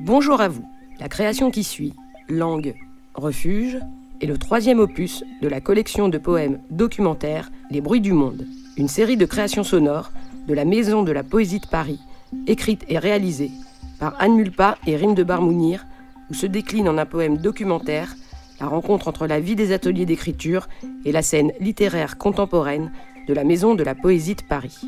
Bonjour à vous. La création qui suit, Langue, Refuge, est le 3e opus de la collection de poèmes documentaires Les Bruits du Monde, une série de créations sonores de la Maison de la Poésie de Paris, écrite et réalisée par Anne Mulpa et Rym de Barmounir, où se décline en un poème documentaire la rencontre entre la vie des ateliers d'écriture et la scène littéraire contemporaine de la Maison de la Poésie de Paris.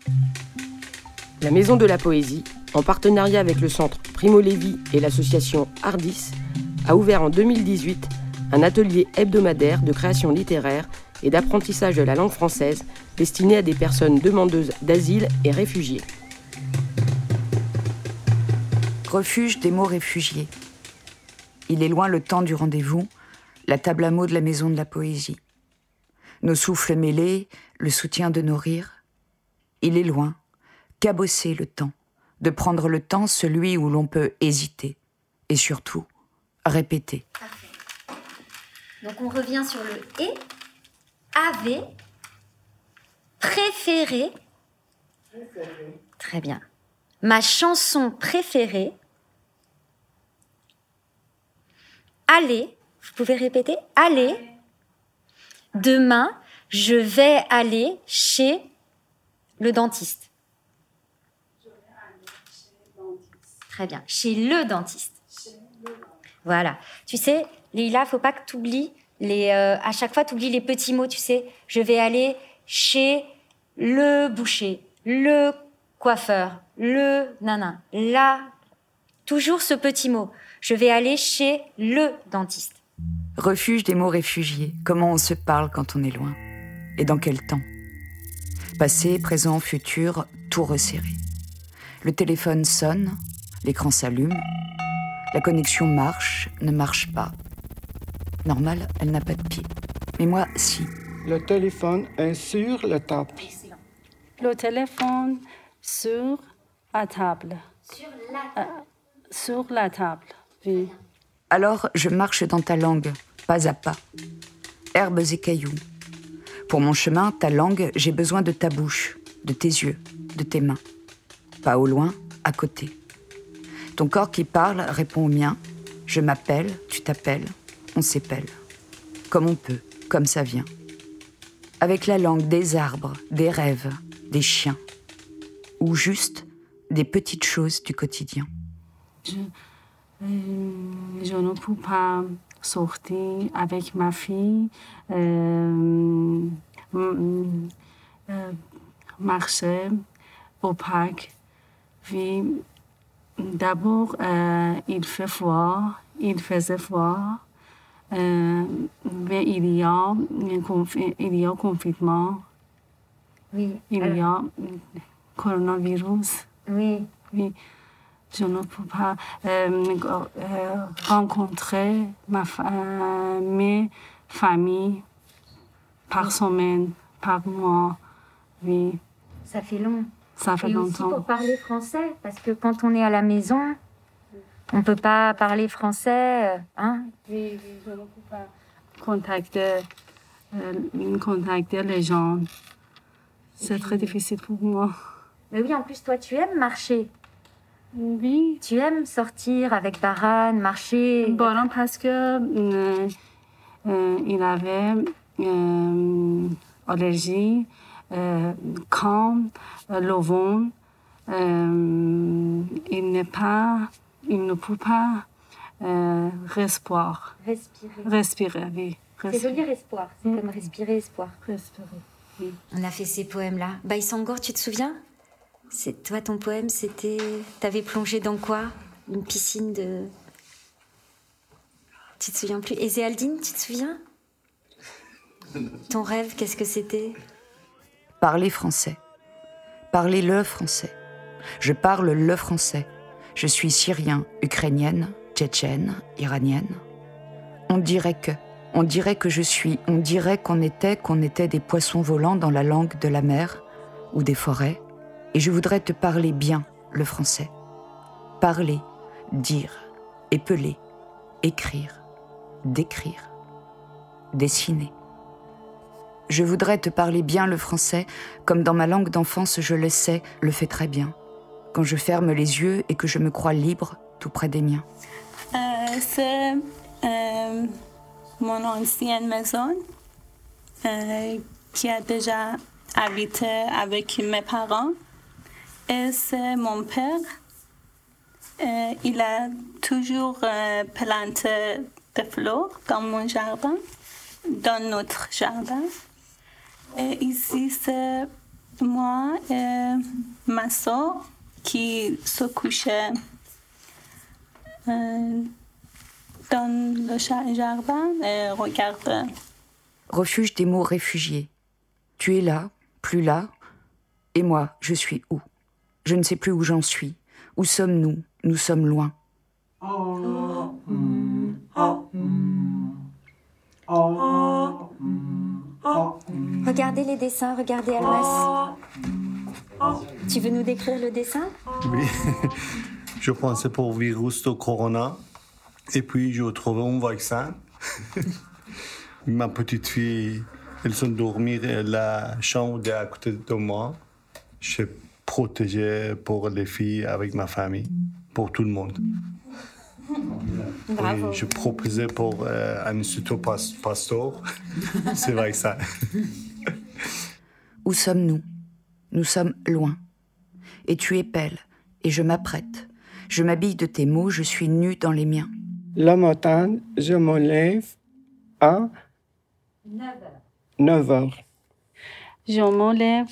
La Maison de la Poésie, en partenariat avec le Centre Primo Levi et l'association Ardis, a ouvert en 2018 un atelier hebdomadaire de création littéraire et d'apprentissage de la langue française destiné à des personnes demandeuses d'asile et réfugiées. Refuge des mots réfugiés. Il est loin le temps du rendez-vous, la table à mots de la Maison de la Poésie. Nos souffles mêlés, le soutien de nos rires. Il est loin, cabosser le temps, de prendre le temps, celui où l'on peut hésiter, et surtout, répéter. Parfait. Donc on revient sur le « et », « avait »,« préféré ». Très bien. Ma chanson préférée. Aller, vous pouvez répéter, aller. Demain, je vais aller chez le dentiste. Très bien, chez le dentiste. Voilà. Tu sais, Leïla, faut pas que tu oublies à chaque fois, tu oublies les petits mots, tu sais. Je vais aller chez le boucher, le coiffeur, le nanan. Là, toujours ce petit mot. Je vais aller chez le dentiste. Refuge des mots réfugiés. Comment on se parle quand on est loin? Et dans quel temps? Passé, présent, futur, tout resserré. Le téléphone sonne, l'écran s'allume, la connexion marche, ne marche pas. Normal, elle n'a pas de pied. Mais moi, si. Le téléphone est sur la table. Excellent. Le téléphone sur la table. Sur la table. Sur la table, oui. Alors, je marche dans ta langue, pas à pas. Herbes et cailloux. Pour mon chemin, ta langue, j'ai besoin de ta bouche, de tes yeux, de tes mains. Pas au loin, à côté. Ton corps qui parle répond au mien. Je m'appelle, tu t'appelles, on s'épelle. Comme on peut, comme ça vient. Avec la langue des arbres, des rêves, des chiens. Ou juste des petites choses du quotidien. Je ne peux pas sortir avec ma fille, marcher au parc. Oui, d'abord, il fait froid, il faisait froid, mais il y a confinement, Oui. il y a coronavirus. Oui. Oui. Je ne peux pas rencontrer mes familles par semaine, par mois. Oui. Ça fait long. Ça fait Et longtemps. aussi pour parler français, parce que quand on est à la maison, on ne peut pas parler français, hein? Oui, je ne peux pas contacter les gens. C'est très difficile pour moi. Mais oui, en plus, toi, tu aimes marcher. Oui. Tu aimes sortir avec Baran, marcher. Baran parce que il avait allergie quand le vent il ne peut pas respirer, oui. C'est joli, espoir. C'est comme respirer, espoir. Respirer, oui. On a fait ces poèmes-là. Baïsangor, tu te souviens? Toi, ton poème, c'était... T'avais plongé dans quoi? Une piscine de... Tu te souviens plus? Et Zéaldine, tu te souviens? Ton rêve, qu'est-ce que c'était? Parler français. Parler le français. Je parle le français. Je suis syrien, ukrainienne, tchétchène, iranienne. On dirait que je suis, on dirait qu'on était des poissons volants dans la langue de la mer ou des forêts. Et je voudrais te parler bien, le français. Parler, dire, épeler, écrire, décrire, dessiner. Je voudrais te parler bien le français, comme dans ma langue d'enfance je le sais, le fais très bien. Quand je ferme les yeux et que je me crois libre, tout près des miens. C'est mon ancienne maison qui a déjà habité avec mes parents. Et c'est mon père. Il a toujours planté des fleurs dans mon jardin, dans notre jardin. Et ici, c'est moi et ma soeur qui se couchaient dans le jardin et regardaient. Refuge des mots réfugiés. Tu es là, plus là, et moi, je suis où? Je ne sais plus où j'en suis. Où sommes-nous? Nous sommes loin. Regardez les dessins, regardez Almas. Tu veux nous décrire le dessin? Oui, je pensais pour le virus de Corona. Et puis, je trouvais un vaccin. Ma petite fille, elle s'endormit dans la chambre à côté de moi. Je suis protégé pour les filles avec ma famille, pour tout le monde. Bravo. Oui, je proposais pour un institut Pasteur. C'est vrai que ça. Où sommes-nous? Nous sommes loin. Et tu épelles, et je m'apprête. Je m'habille de tes mots, je suis nue dans les miens. Le matin, je me lève à 9 heures. Je me lève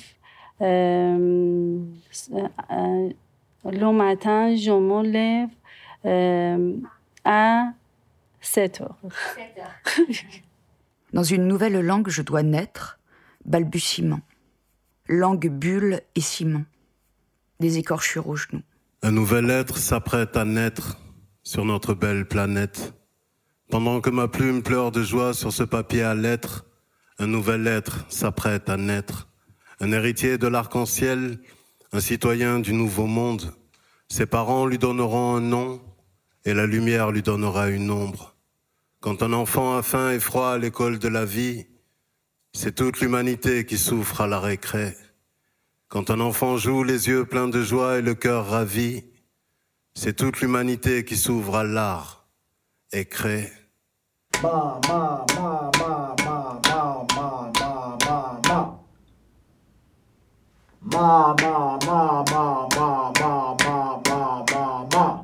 le matin, je me lève à 7 heures. Dans une nouvelle langue, je dois naître, balbutiement. Langue, bulle et ciment. Des écorchures aux genoux. Un nouvel être s'apprête à naître sur notre belle planète. Pendant que ma plume pleure de joie sur ce papier à lettres, un nouvel être s'apprête à naître. Un héritier de l'arc-en-ciel, un citoyen du nouveau monde. Ses parents lui donneront un nom et la lumière lui donnera une ombre. Quand un enfant a faim et froid à l'école de la vie, c'est toute l'humanité qui souffre à la récré. Quand un enfant joue les yeux pleins de joie et le cœur ravi, c'est toute l'humanité qui s'ouvre à l'art et crée. Ma, ma, ma, ma, ma, ma, ma, ma, ma, ma. Ma, ma, ma, ma, ma, ma, ma, ma, ma, ma.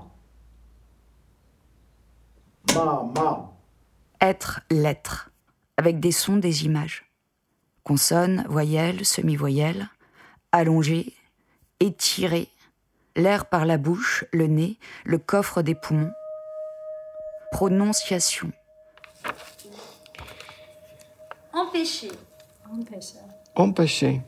Ma, ma. Être, l'être, avec des sons, des images. Consonnes, voyelles, semi-voyelles, allongées, étirées, l'air par la bouche, le nez, le coffre des poumons. Prononciation. Empêcher. Empêcher.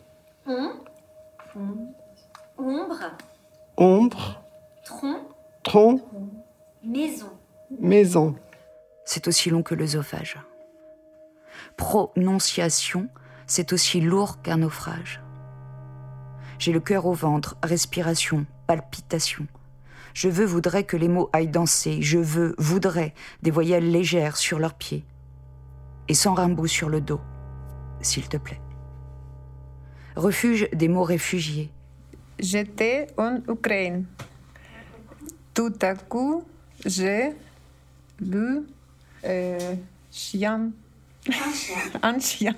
Ombre. Ombre. Tronc. Tronc. Maison. Maison. C'est aussi long que l'œsophage. Prononciation, c'est aussi lourd qu'un naufrage. J'ai le cœur au ventre, respiration, palpitation. Je voudrais que les mots aillent danser. Je voudrais des voyelles légères sur leurs pieds. Et sans Rimbaud sur le dos, s'il te plaît. Refuge des mots réfugiés. J'étais en Ukraine. Tout à coup, j'ai vu chien. Un chien.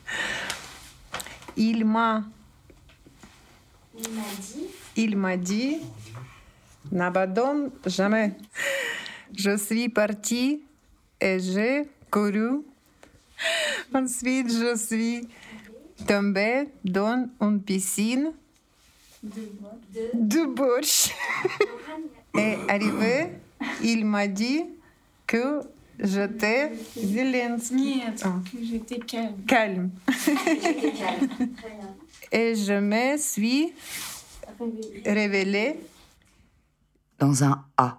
Il m'a dit, n'abandonne jamais. Je suis partie et j'ai couru. Ensuite, je suis tombée dans une piscine de borsch. Et arrivé, il m'a dit que j'étais Zelensky. Que j'étais calme. Calme. Et je me suis révélée dans un A.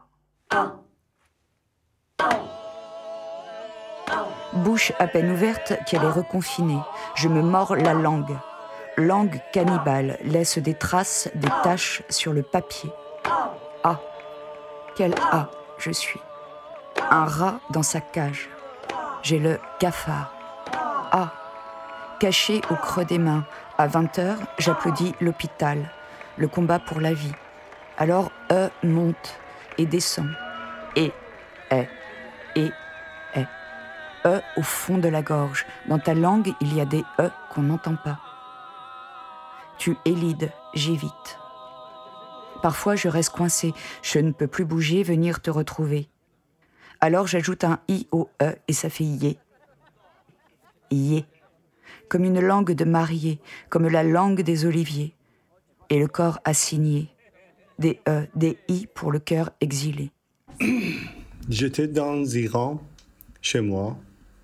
Bouche à peine ouverte qu'elle est reconfinée. Je me mords la langue. Langue cannibale laisse des traces, des taches sur le papier. A. Quel A je suis. Un rat dans sa cage. J'ai le cafard. A. Caché au creux des mains. À 20h, j'applaudis l'hôpital. Le combat pour la vie. Alors E monte. et descend. Et, est, et, est. E au fond de la gorge. Dans ta langue, il y a des E qu'on n'entend pas. Tu élides, j'évite. Parfois, je reste coincée. Je ne peux plus bouger, venir te retrouver. Alors, j'ajoute un I au E et ça fait yé. Yé. Comme une langue de mariée, comme la langue des oliviers. Et le corps assigné. Des E, des I pour le cœur exilé. J'étais dans l'Iran, chez moi.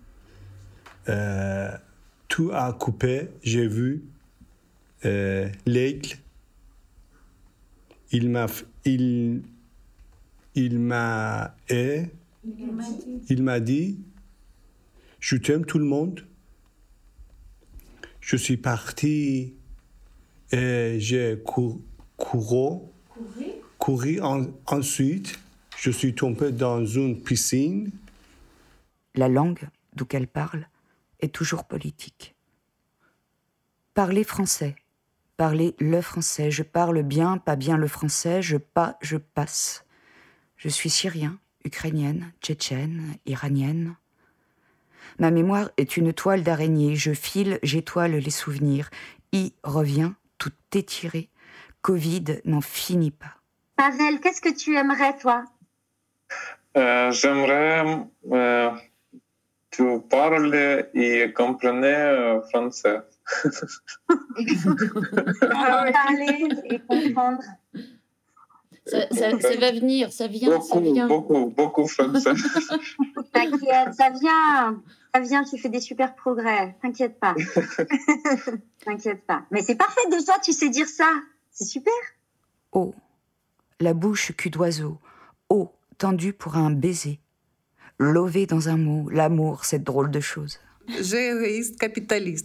Tout a coupé. J'ai vu l'aigle. Il m'a dit, je t'aime tout le monde. Je suis parti et j'ai couru ensuite. Je suis tombé dans une piscine. La langue, d'où qu'elle parle, est toujours politique. Parlez français. Parlez le français. Je parle bien, pas bien le français. Je passe. Je suis syrien, ukrainienne, tchétchène, iranienne. Ma mémoire est une toile d'araignée. Je file, j'étoile les souvenirs. Y revient, tout étiré. Covid n'en finit pas. Pavel, qu'est-ce que tu aimerais, toi? J'aimerais tu parles et comprenez français. Parler et comprendre. Ça va venir, ça vient. Beaucoup français. T'inquiète, ça vient, tu fais des super progrès, t'inquiète pas. T'inquiète pas. Mais c'est parfait déjà, tu sais dire ça, c'est super. Oh, la bouche cul d'oiseau, oh, tendue pour un baiser. Lové dans un mot, l'amour, cette drôle de chose. J'ai égoïste capitaliste.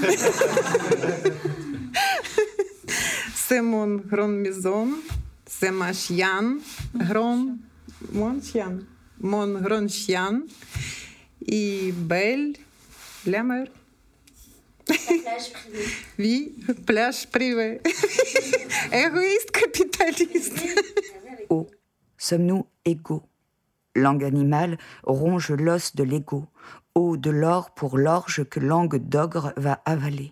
C'est mon grande maison, c'est ma chienne, mon grand chien, et belle, la mer. Plage privée. Oui, plage privée. Égoïste capitaliste. Oh, sommes-nous égaux? Langue animale ronge l'os de l'ego. Eau de l'or pour l'orge que langue d'ogre va avaler.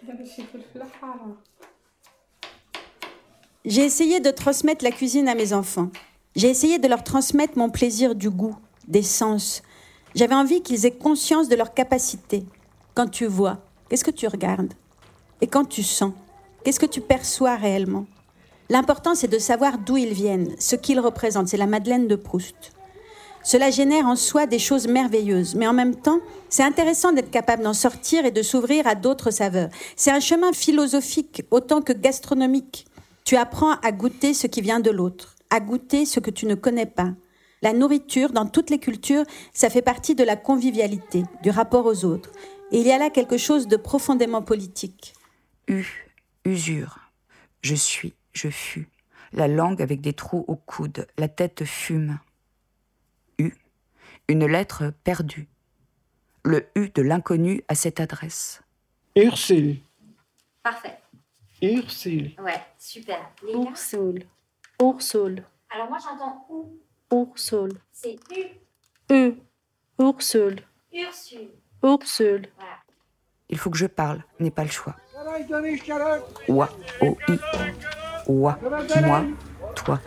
J'ai essayé de transmettre la cuisine à mes enfants. J'ai essayé de leur transmettre mon plaisir du goût, des sens. J'avais envie qu'ils aient conscience de leur capacité. Quand tu vois, qu'est-ce que tu regardes? Et quand tu sens, qu'est-ce que tu perçois réellement? L'important, c'est de savoir d'où ils viennent, ce qu'ils représentent. C'est la Madeleine de Proust. Cela génère en soi des choses merveilleuses, mais en même temps, c'est intéressant d'être capable d'en sortir et de s'ouvrir à d'autres saveurs. C'est un chemin philosophique autant que gastronomique. Tu apprends à goûter ce qui vient de l'autre, à goûter ce que tu ne connais pas. La nourriture, dans toutes les cultures, ça fait partie de la convivialité, du rapport aux autres. Et il y a là quelque chose de profondément politique. Usure. Je suis, je fus. La langue avec des trous au coude, la tête fume. Une lettre perdue. Le U de l'inconnu à cette adresse. Ursule. Parfait. Ursule. Ouais, super. Ursule. Ursule. Alors moi j'entends OU. Ursule. C'est U. Ursule. Ursule. Ursule. Voilà. Il faut que je parle, n'est pas le choix. Oua, O-I. Oua, moi, toi.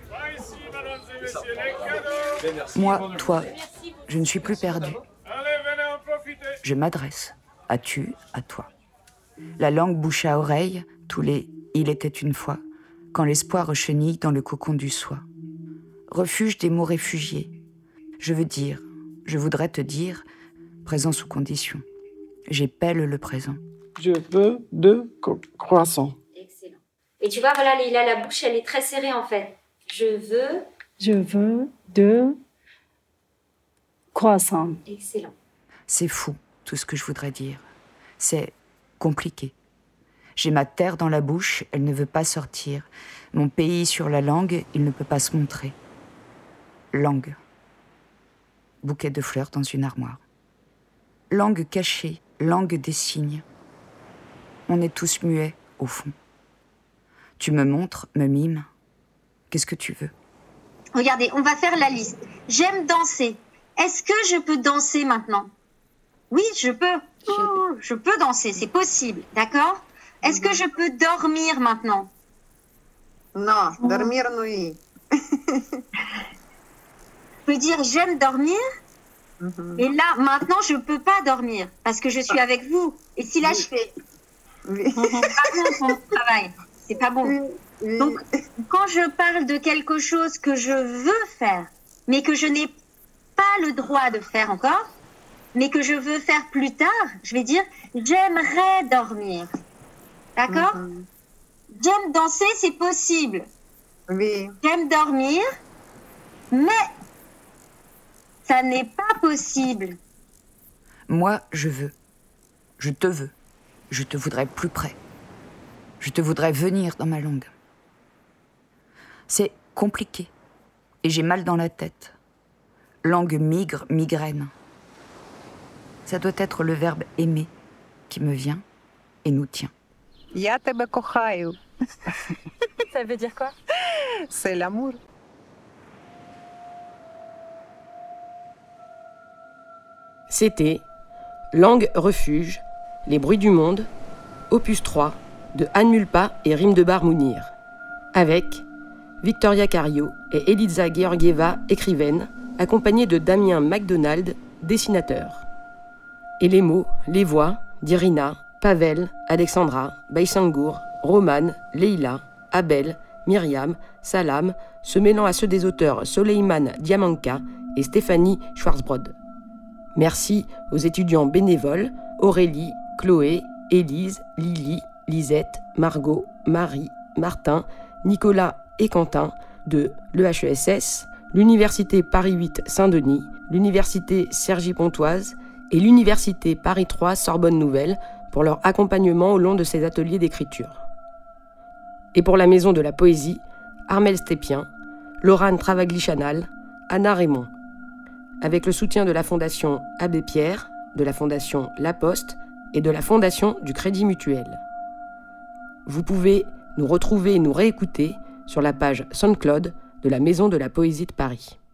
Moi, toi, je ne suis plus perdue. Je m'adresse à tu, à toi. La langue bouche à oreille, tous les « il était une fois », quand l'espoir rechenille dans le cocon du soi. Refuge des mots réfugiés. Je veux dire, je voudrais te dire, présent sous condition. J'épelle le présent. Je veux 2 croissants. Excellent. Et tu vois, voilà, Leïla, la bouche, elle est très serrée en fait. Je veux 2 croissants. Excellent. C'est fou, tout ce que je voudrais dire. C'est compliqué. J'ai ma terre dans la bouche, elle ne veut pas sortir. Mon pays sur la langue, il ne peut pas se montrer. Langue. Bouquet de fleurs dans une armoire. Langue cachée, langue des signes. On est tous muets, au fond. Tu me montres, me mimes. Qu'est-ce que tu veux? Regardez, on va faire la liste. J'aime danser. Est-ce que je peux danser maintenant? Oui, je peux. Je peux danser, c'est possible, d'accord? Est-ce que je peux dormir maintenant? Non, dormir, oui. Je peux dire j'aime dormir. Et là, maintenant, je ne peux pas dormir parce que je suis avec vous. Et si là, je fais... C'est pas bon pour mon travail. C'est pas bon. Donc, quand je parle de quelque chose que je veux faire, mais que je n'ai pas le droit de faire encore, mais que je veux faire plus tard, je vais dire j'aimerais dormir. D'accord? J'aime danser, c'est possible. Oui. J'aime dormir, mais ça n'est pas possible. Moi, je veux. Je te veux. Je te voudrais plus près. Je te voudrais venir dans ma langue. C'est compliqué. Et j'ai mal dans la tête. Langue migre, migraine. Ça doit être le verbe aimer qui me vient et nous tient. Я тебе кохаю. Ça veut dire quoi? C'est l'amour. C'était Langue refuge, les bruits du monde, opus 3 de Anne Mulpa et Rime de Bar Mounir, avec Victoria Cario et Eliza Georgieva, écrivaine, accompagnée de Damien MacDonald, dessinateur. Et les mots, les voix d'Irina, Pavel, Alexandra, Baysangour, Romane, Leila, Abel, Myriam, Salam, se mêlant à ceux des auteurs Soleiman Diamanka et Stéphanie Schwarzbrod. Merci aux étudiants bénévoles Aurélie, Chloé, Élise, Lily, Lisette, Margot, Marie, Martin, Nicolas et Quentin de l'EHESS, l'Université Paris 8 Saint-Denis, l'Université Cergy-Pontoise et l'Université Paris 3 Sorbonne Nouvelle pour leur accompagnement au long de ces ateliers d'écriture. Et pour la Maison de la Poésie, Armel Stépien, Laurane Travagli-Chanal, Anna Raymond, avec le soutien de la Fondation Abbé Pierre, de la Fondation La Poste et de la Fondation du Crédit Mutuel. Vous pouvez nous retrouver et nous réécouter sur la page SoundCloud de la Maison de la Poésie de Paris.